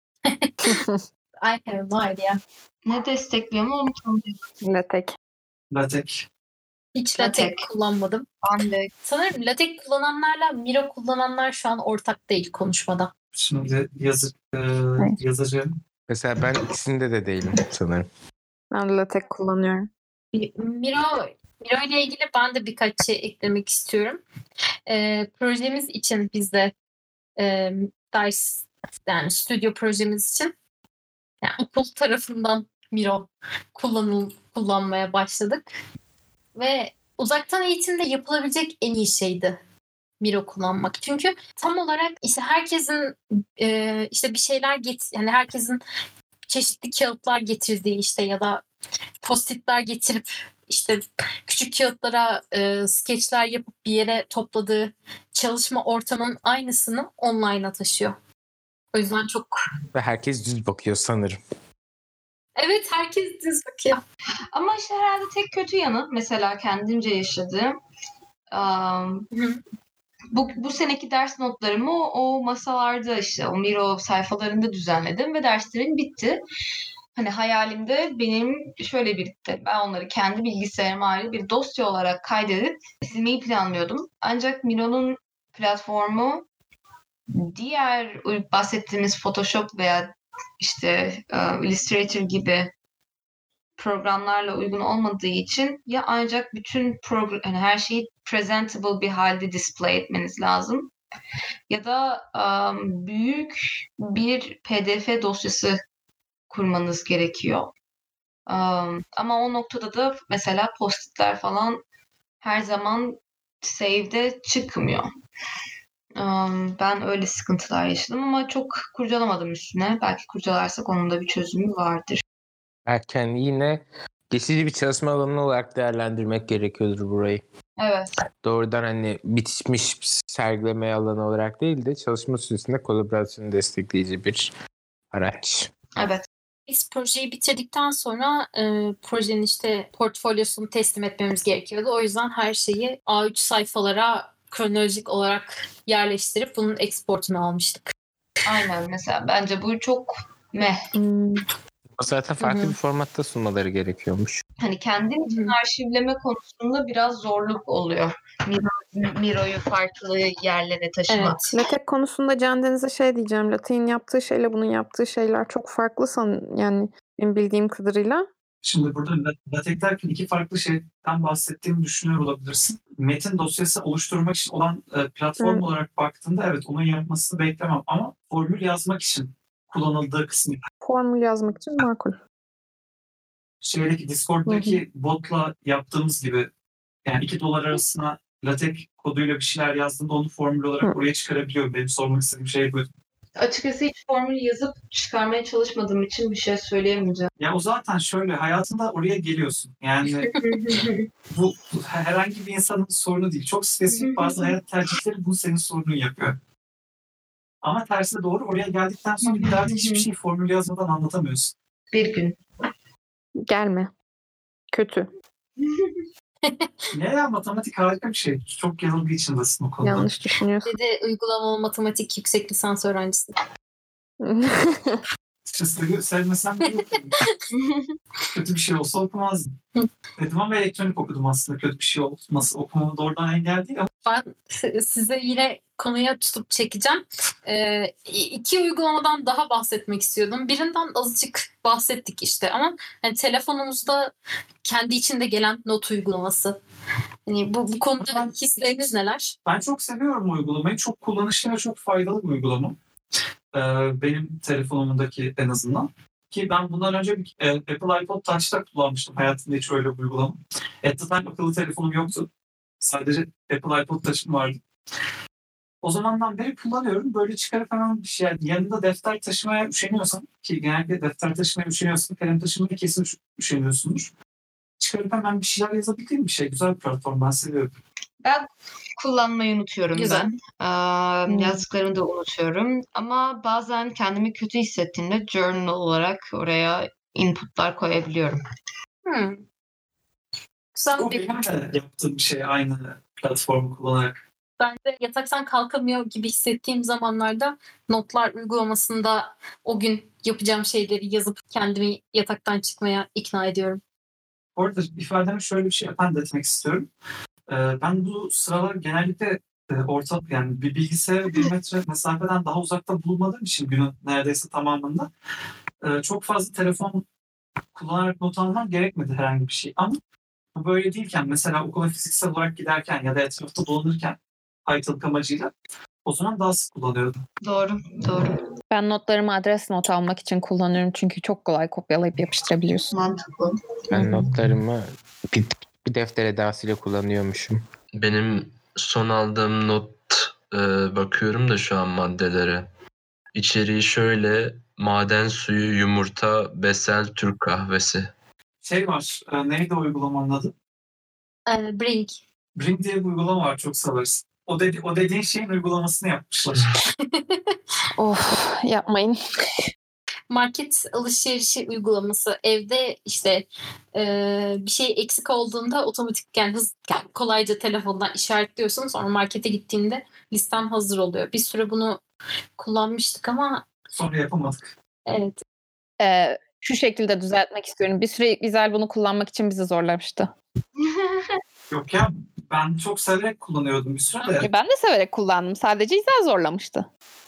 I have no idea. Ne destekliyor mu onu tanımıyorum. LaTeX. LaTeX. Hiç LaTeX. LaTeX kullanmadım. Ben de Sanırım LaTeX kullananlarla Miro kullananlar şu an ortak değil konuşmada. Şimdi yazı, e, yazacağım. Mesela ben ikisinde de değilim sanırım. Ben de LaTeX kullanıyorum. Miro, Miro ile ilgili ben de birkaç şey eklemek istiyorum. Ee, projemiz için biz de e, ders yani stüdyo projemiz için yani okul tarafından Miro kullanıl, kullanmaya başladık. Ve uzaktan eğitimde yapılabilecek en iyi şeydi Miro kullanmak. Çünkü tam olarak işte herkesin e, işte bir şeyler get yani herkesin çeşitli kağıtlar getirdiği işte ya da post-itler getirip işte küçük kağıtlara e, skeçler yapıp bir yere topladığı çalışma ortamının aynısını online'a taşıyor. O yüzden çok... Ve herkes düz bakıyor sanırım. Evet, herkes düz bakıyor. ama işte herhalde tek kötü yanı mesela kendimce yaşadığım um, bu, bu seneki ders notlarımı o, o masalarda işte o Miro sayfalarında düzenledim ve derslerim bitti. Hani hayalimde benim şöyle birikti. Ben onları kendi bilgisayarıma ayrı bir dosya olarak kaydedip silmeyi planlıyordum. Ancak Miro'nun platformu diğer bahsettiğimiz Photoshop veya işte uh, Illustrator gibi programlarla uygun olmadığı için ya ancak bütün program, yani her şeyi presentable bir halde display etmeniz lazım ya da um, büyük bir P D F dosyası kurmanız gerekiyor. Um, ama o noktada da mesela post-itler falan her zaman save'de çıkmıyor. Um, ben öyle sıkıntılar yaşadım ama çok kurcalamadım üstüne. Belki kurcalarsak onun da bir çözümü vardır. Erken yine geçici bir çalışma alanı olarak değerlendirmek gerekiyordur burayı. Evet. Doğrudan hani bitişmiş sergileme alanı olarak değil de çalışma süresinde kolaborasyonu destekleyici bir araç. Evet. Biz projeyi bitirdikten sonra e, projenin işte portfolyosunu teslim etmemiz gerekiyordu. O yüzden her şeyi A üç sayfalara kronolojik olarak yerleştirip bunun exportunu almıştık. Aynen mesela. Bence bu çok meh. Hmm. O zaten farklı Hı hı. bir formatta sunmaları gerekiyormuş. Hani kendin için arşivleme konusunda biraz zorluk oluyor. Miro, Miro'yu farklı yerlere taşımak. Evet. LaTeX konusunda Can Deniz'e şey diyeceğim. LaTeX'in yaptığı şeyle bunun yaptığı şeyler çok farklı san yani benim bildiğim kadarıyla. Şimdi burada la- LaTeX derken iki farklı şeyden bahsettiğimi düşünüyor olabilirsin. Metin dosyası oluşturmak için olan e, platform Hı. olarak baktığında evet onun yapmasını beklemem ama formül yazmak için kullanıldığı kısmı. Formül yazmak için makul. Şeydeki Discord'daki botla yaptığımız gibi yani iki dolar arasına LaTeX koduyla bir şeyler yazdığında onu formül olarak Hı. oraya çıkarabiliyor. Benim sormak istediğim şey bu. Açıkçası hiç formül yazıp çıkarmaya çalışmadığım için bir şey söyleyemeyeceğim. Ya o zaten şöyle hayatında oraya geliyorsun. Yani bu, bu herhangi bir insanın sorunu değil. Çok spesifik bazı hayat tercihleri bu senin sorunun yapıyor. Ama tersi de doğru. Oraya geldikten sonra bir daha hiçbir şeyi formül yazmadan anlatamıyorsun. Bir gün. Gelme. Kötü. Ne ya matematik harika bir şey. Çok yanılgı içindesin o konuda. Yanlış düşünüyorsun. Bir de uygulamalı matematik yüksek lisans öğrencisi. Açıkçası sevmesem de yok. Kötü bir şey olsa okumazdım. Dedim ama elektronik okudum aslında. Kötü bir şey olması okumamı doğrudan engel değil ama Ben si- size yine konuya tutup çekeceğim. Ee, iki uygulamadan daha bahsetmek istiyordum. Birinden azıcık bahsettik işte ama hani telefonumuzda kendi içinde gelen not uygulaması. Hani bu, bu konuda hisleriniz neler? ben çok seviyorum o uygulamayı. Çok kullanışlı ve çok faydalı bir uygulama. Ee, benim telefonumdaki en azından. Ki ben bundan önce bir, e, Apple iPod Touch'ta kullanmıştım. Hayatımda hiç öyle bir uygulama. At the time akıllı telefonum yoktu. Sadece Apple iPod Touch'ım vardı. O zamandan beri kullanıyorum. Böyle çıkarıp hemen bir şey. Yani yanında defter taşımaya üşeniyorsan ki genelde defter taşımaya üşeniyorsan kalem taşımaya kesin üş- üşeniyorsundur. Çıkarıp hemen bir şeyler yazabildiğim bir şey. Güzel bir platform. Ben seviyorum. Ben kullanmayı unutuyorum Güzel. ben. Aa, Hmm. Yazdıklarımı da unutuyorum. Ama bazen kendimi kötü hissettiğimde journal olarak oraya inputlar koyabiliyorum. Hmm. Güzel O bir benim de yaptığım bir şey aynı platformu kullanarak. Ben de yataktan kalkamıyor gibi hissettiğim zamanlarda notlar uygulamasında o gün yapacağım şeyleri yazıp kendimi yataktan çıkmaya ikna ediyorum. Bu arada ifademe şöyle bir şey ben de etmek istiyorum. Ee, ben bu sıralar genellikle e, orta yani bir bilgisayara bir metre mesafeden daha uzakta bulunmadığım için günün neredeyse tamamında e, çok fazla telefon kullanarak not almam gerekmedi herhangi bir şey. Ama bu böyle değilken mesela okula fiziksel olarak giderken ya da etrafta dolanırken aydınlık amacıyla o zaman daha sık kullanıyordum. Doğru, doğru. Ben notlarımı adres not almak için kullanıyorum çünkü çok kolay kopyalayıp yapıştırabiliyorsun. Mantıklı. Ben notlarımı bir, bir defter edasıyla kullanıyormuşum. Benim son aldığım not e, bakıyorum da şu an maddelere. İçeriği şöyle: maden suyu, yumurta, besel, Türk kahvesi. Şey var, e, neydi o uygulamanın adı? Ee, Brink. Bring diye bir uygulama var, çok seversin. O, dedi, o dediğin şeyin uygulamasını yapmışlar. Of yapmayın. Market alışverişi uygulaması. Evde işte e, bir şey eksik olduğunda otomatikten hız, yani kolayca telefondan işaretliyorsun. Sonra markete gittiğinde listen hazır oluyor. Bir süre bunu kullanmıştık ama Sonra yapamadık. evet. Ee, şu şekilde düzeltmek istiyorum. Bir süre İzel bunu kullanmak için bizi zorlamıştı. Yok ya, ben çok severek kullanıyordum bir süre de. E, Ben de severek kullandım. Sadece İzel zorlamıştı.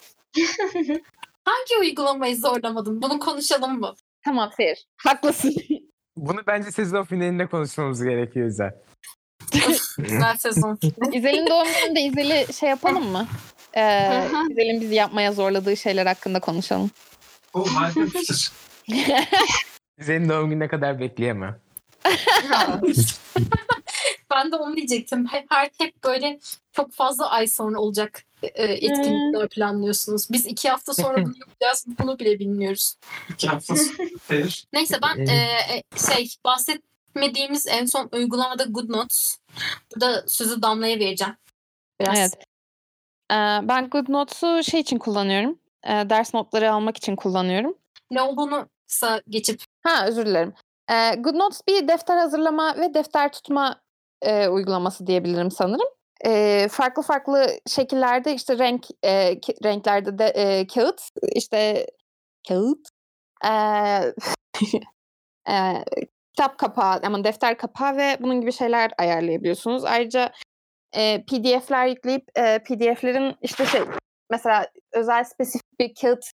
Hangi uygulamayı zorlamadım? Bunu konuşalım mı? Tamam Fer. Haklısın. Bunu bence sezon finalinde konuşmamız gerekiyor Özel. Güzel sezon. İzel'in doğum gününde İzel'i şey yapalım mı? Ee, İzel'in bizi yapmaya zorladığı şeyler hakkında konuşalım. O harika bir fikir. Senin doğum gününe kadar bekleyemem. Ben de onu diyecektim. Hep, her hep böyle çok fazla ay sonra olacak e, etkinlikler planlıyorsunuz. Biz iki hafta sonra bunu yapacağız. Bunu bile bilmiyoruz. İki hafta sonra. Neyse ben e, şey bahsetmediğimiz en son uygulamada GoodNotes. Burada sözü Damla'ya vereceğim. Biraz. Evet. Ee, ben GoodNotes'u şey için kullanıyorum. Ee, ders notları almak için kullanıyorum. Ne olduğunu kısa geçip. Ha özür dilerim. Ee, GoodNotes bir defter hazırlama ve defter tutma e, uygulaması diyebilirim sanırım. E, farklı farklı şekillerde işte renk e, ke- renklerde de e, kağıt işte kağıt e, e, kitap kapağı ama defter kapağı ve bunun gibi şeyler ayarlayabiliyorsunuz. Ayrıca e, P D F'ler yükleyip e, P D F'lerin işte şey mesela özel spesifik bir kağıt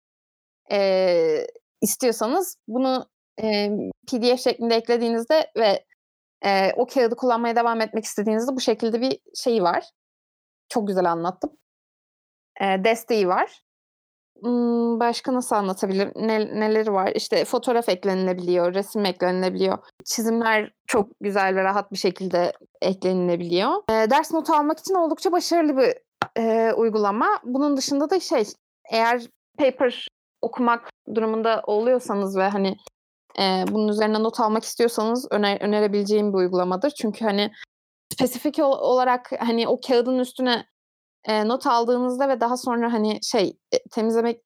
e, istiyorsanız bunu e, P D F şeklinde eklediğinizde ve e, o kağıdı kullanmaya devam etmek istediğinizde bu şekilde bir şeyi var. Çok güzel anlattım. E, desteği var. Hmm, başka nasıl anlatabilirim? Ne, neleri var? İşte fotoğraf eklenilebiliyor, resim eklenilebiliyor. Çizimler çok güzel ve rahat bir şekilde eklenilebiliyor. E, ders notu almak için oldukça başarılı bir e, uygulama. Bunun dışında da şey, eğer paper okumak durumunda oluyorsanız ve hani e, bunun üzerine not almak istiyorsanız öner, önerebileceğim bir uygulamadır. Çünkü hani spesifik ol, olarak hani o kağıdın üstüne e, not aldığınızda ve daha sonra hani şey e, temizlemek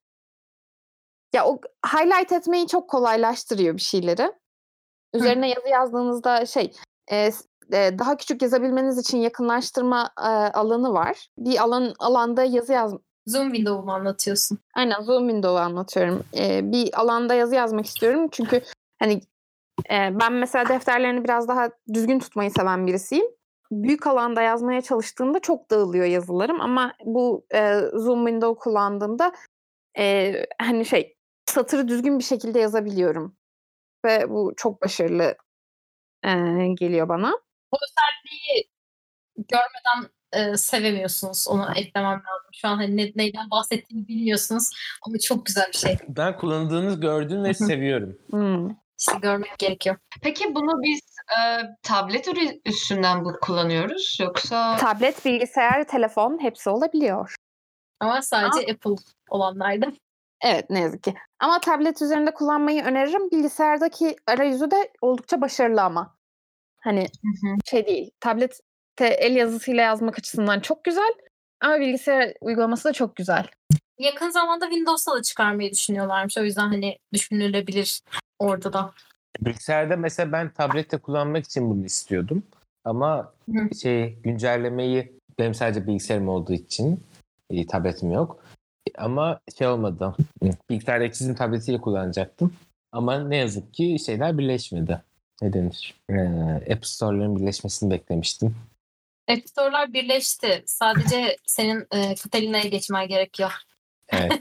ya o highlight etmeyi çok kolaylaştırıyor bir şeyleri. Üzerine Hı. yazı yazdığınızda şey e, e, daha küçük yazabilmeniz için yakınlaştırma e, alanı var. Bir alan alanda yazı yaz. Zoom window'u mu anlatıyorsun? Aynen Zoom window'u anlatıyorum. E, bir alanda yazı yazmak istiyorum çünkü hani e, ben mesela defterlerini biraz daha düzgün tutmayı seven birisiyim. Büyük alanda yazmaya çalıştığımda çok dağılıyor yazılarım ama bu e, Zoom window kullandığımda e, hani şey satırı düzgün bir şekilde yazabiliyorum ve bu çok başarılı e, geliyor bana. Bu özelliği görmeden e, sevemiyorsunuz. Onu eklemem lazım. Şu an hani ne, neyden bahsettiğini bilmiyorsunuz ama çok güzel bir şey. Ben kullandığınızı gördüm ve seviyorum. Hmm. İşte görmek gerekiyor. Peki bunu biz e, tablet üstünden bu kullanıyoruz yoksa? Tablet, bilgisayar, telefon hepsi olabiliyor. Ama sadece Aa. Apple olanlarda. Evet ne yazık ki. Ama tablet üzerinde kullanmayı öneririm. Bilgisayardaki arayüzü de oldukça başarılı ama. Hani hı hı. şey değil. Tablette el yazısıyla yazmak açısından çok güzel. Ama bilgisayar uygulaması da çok güzel. Yakın zamanda Windows'ta da çıkarmayı düşünüyorlarmış. O yüzden hani düşünülebilir orada da. Bilgisayarda mesela ben tablette kullanmak için bunu istiyordum. Ama Hı. şey güncellemeyi benim sadece bilgisayarım olduğu için e, tabletim yok. Ama şey olmadı. Bilgisayardaki çizim tabletiyle kullanacaktım. Ama ne yazık ki şeyler birleşmedi. Ne denir? Ee, App Store'ların birleşmesini beklemiştim. App Store'lar birleşti. Sadece senin e, Catalina'ya geçmen gerekiyor. Evet.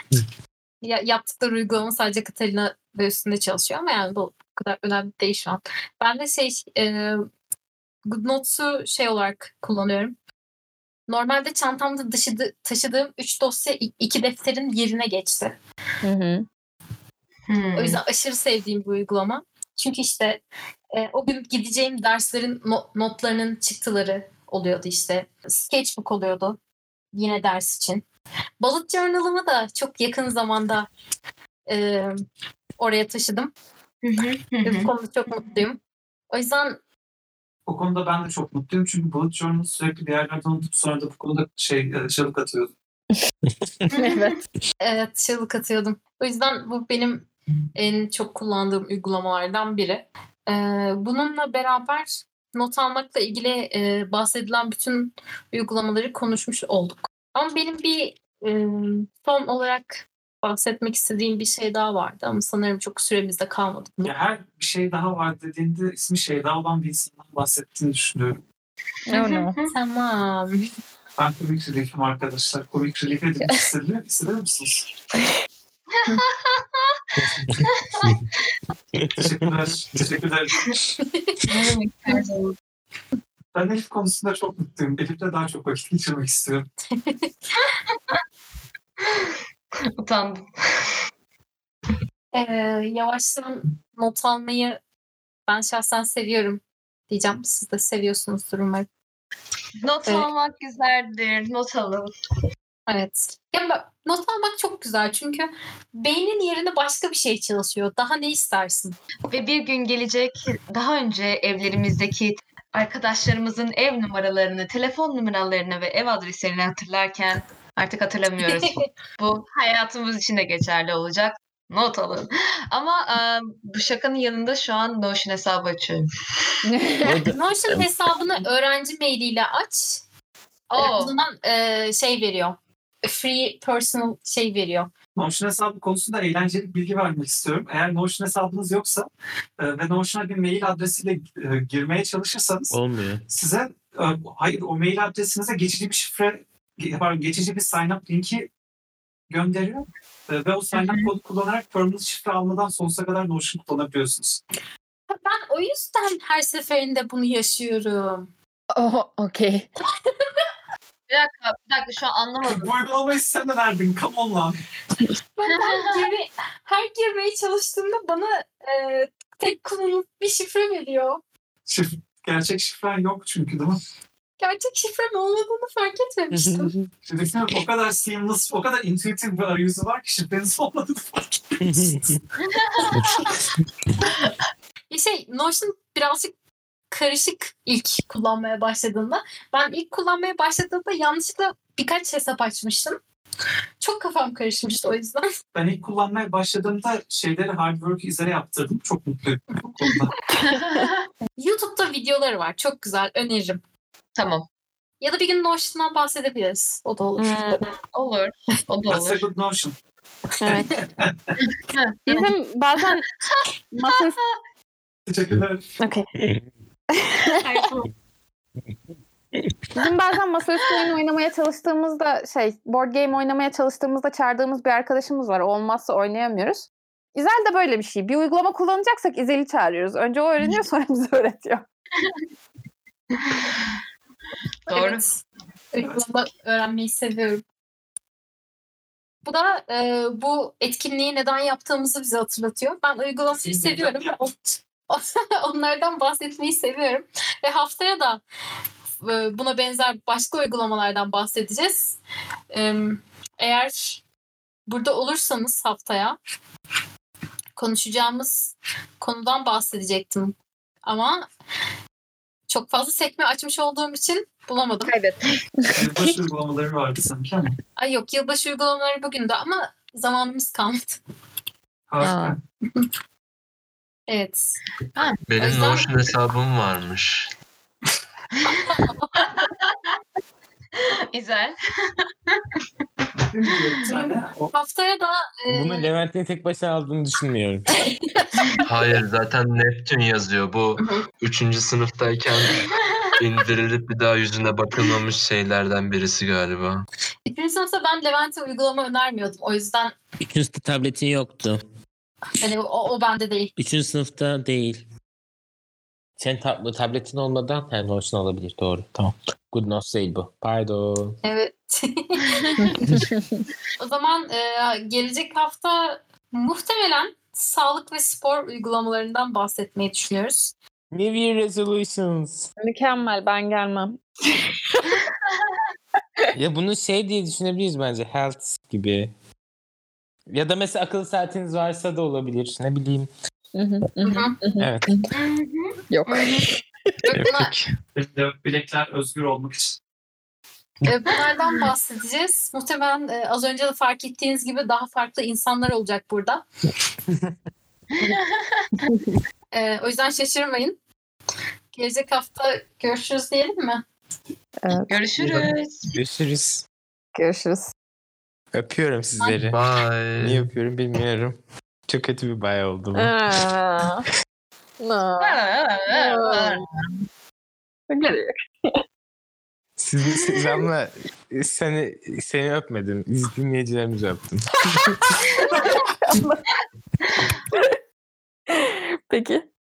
ya, yaptıkları uygulama sadece Catalina ve üstünde çalışıyor ama yani bu kadar önemli değil şu an. Ben de şey e, GoodNotes'u şey olarak kullanıyorum. Normalde çantamda taşıdı, taşıdığım üç dosya iki defterin yerine geçti. Hı hı. Hmm. O yüzden aşırı sevdiğim bir uygulama. Çünkü işte e, o gün gideceğim derslerin no, notlarının çıktıları oluyordu işte. Sketchbook oluyordu yine ders için. Bullet Journal'ımı da çok yakın zamanda e, oraya taşıdım. Bu konuda çok mutluyum. O yüzden o konuda ben de çok mutluyum. Çünkü Bullet Journal sürekli bir yerlerden unutup sonra da bu konuda şey çığlık atıyordum. Evet. Evet çığlık atıyordum. O yüzden bu benim en çok kullandığım uygulamalardan biri. Ee, bununla beraber not almakla ilgili e, bahsedilen bütün uygulamaları konuşmuş olduk. Ama benim bir e, son olarak bahsetmek istediğim bir şey daha vardı ama sanırım çok süremizde kalmadı. Ya her bir şey daha var dediğinde ismi Şeyda olan bir insandan bahsettiğini düşünüyorum. No no. Tamam. Ben komik relief'im arkadaşlar. Komik relief edilmek ister, ister misiniz? Teşekkürler. Teşekkürler. Ben Elif konusunda çok mutluyum. Elif'le daha çok vakit geçirmek istiyorum. Utandım. Ee, yavaştan not almayı ben şahsen seviyorum. diyeceğim. Siz de seviyorsunuzdur umarım. Not Evet. almak güzeldir. Not alın. Evet. Ya ben- not almak çok güzel çünkü beynin yerine başka bir şey çalışıyor. Daha ne istersin? Ve bir gün gelecek daha önce evlerimizdeki arkadaşlarımızın ev numaralarını, telefon numaralarını ve ev adreslerini hatırlarken artık hatırlamıyoruz. Bu hayatımız için de geçerli olacak. Not alın. Ama e, bu şakanın yanında şu an Notion hesabı açıyorum. Notion hesabını öğrenci mailiyle aç. O Oo. zaman e, şey veriyor. Free personal şey veriyor. Notion hesabı konusunda eğlenceli bir bilgi vermek istiyorum. Eğer Notion hesabınız yoksa e, ve Notion'a bir mail adresiyle e, girmeye çalışırsanız Olmuyor. size e, hayır o mail adresinize geçici bir şifre pardon, geçici bir sign up linki gönderiyor. E, ve o sign up kodu kullanarak permanent şifre almadan sonsuza kadar Notion kullanabiliyorsunuz. Ben o yüzden her seferinde bunu yaşıyorum. Oh, okey. Bir dakika, bir dakika şu an anlamadım. Bu uygulamayı sen de verdin. Come on lan. Ben her, girme, her girmeye çalıştığımda bana e, tek kullanıp bir şifre veriyor. Şif- gerçek şifren yok çünkü değil mi? Gerçek şifrem olmadığını fark etmemiştim. Şimdi düşünüyorum, o kadar seamless, o kadar intuitive bir arayüzü var ki şifreniz olmadığını fark etmemişsiniz. Ya şey, Notion birazcık karışık ilk kullanmaya başladığında. Ben ilk kullanmaya başladığımda yanlışlıkla birkaç hesap açmıştım. Çok kafam karışmıştı o yüzden. Ben ilk kullanmaya başladığımda şeyleri hard work izlere yaptırdım. Çok mutluyum bu konuda. YouTube'da videoları var. Çok güzel. Öneririm. Tamam. Ya da bir gün Notion'dan bahsedebiliriz. O da olur. Hmm, olur. O da That's a olur. good notion. Evet. Bizim bazen masa... Teşekkürler. Okey. Hayır, tamam. Bizim bazen masaüstü oyun oynamaya çalıştığımızda şey, board game oynamaya çalıştığımızda çağırdığımız bir arkadaşımız var. O olmazsa oynayamıyoruz. İzel de böyle bir şey. Bir uygulama kullanacaksak İzel'i çağırıyoruz. Önce o öğreniyor, sonra bize öğretiyor. Doğru. Evet. Uygulama öğrenmeyi seviyorum. Bu da e, bu etkinliği neden yaptığımızı bize hatırlatıyor. Ben uygulamayı Siz seviyorum. neden Onlardan bahsetmeyi seviyorum. Ve haftaya da e, buna benzer başka uygulamalardan bahsedeceğiz. E, eğer burada olursanız haftaya konuşacağımız konudan bahsedecektim. Ama çok fazla sekme açmış olduğum için bulamadım. Kaybettim. Yılbaşı uygulamaları vardı sanki ama. Ay yok, yılbaşı uygulamaları bugün de ama zamanımız kalmadı. Harika. Evet. Benim O yüzden- Notion hesabım varmış. Güzel. Bir tane o- Haftaya da e, Bunu Levent'in tek başına aldığını düşünmüyorum. Hayır zaten Neptün yazıyor. Bu üçüncü sınıftayken indirilip bir daha yüzüne bakılmamış şeylerden birisi galiba. üçüncü sınıfta ben Levent'e uygulama önermiyordum. O yüzden Üçüncü sınıfta tabletin yoktu. hani o, o bende değil. Üçüncü sınıfta değil. Sen tab- tabletin olmadan hem Notion olabilir. Doğru. Tamam. Good note değil bu. Pardon. Evet. O zaman e, gelecek hafta muhtemelen sağlık ve spor uygulamalarından bahsetmeyi düşünüyoruz. New Year Resolutions. Mükemmel, ben gelmem. Ya bunu şey diye düşünebiliriz bence. Health gibi. Ya da mesela akıllı saatiniz varsa da olabilir. Ne bileyim. Hı hı, hı hı. Evet. Yok. Buna, Benim de bilekler özgür olmak için. e, bunlardan bahsedeceğiz. Muhtemelen e, az önce de fark ettiğiniz gibi daha farklı insanlar olacak burada. E, o yüzden şaşırmayın. Gelecek hafta görüşürüz diyelim mi? Görüşürüz. Görüşürüz. Görüşürüz. Öpüyorum sizleri. Bye. Niye öpüyorum bilmiyorum. Çok kötü bir bay oldu bu. Aa. Aa. Gerek yok. Siz, siz ama seni, seni öpmedim. Biz dinleyicilerimizi öptüm. Peki.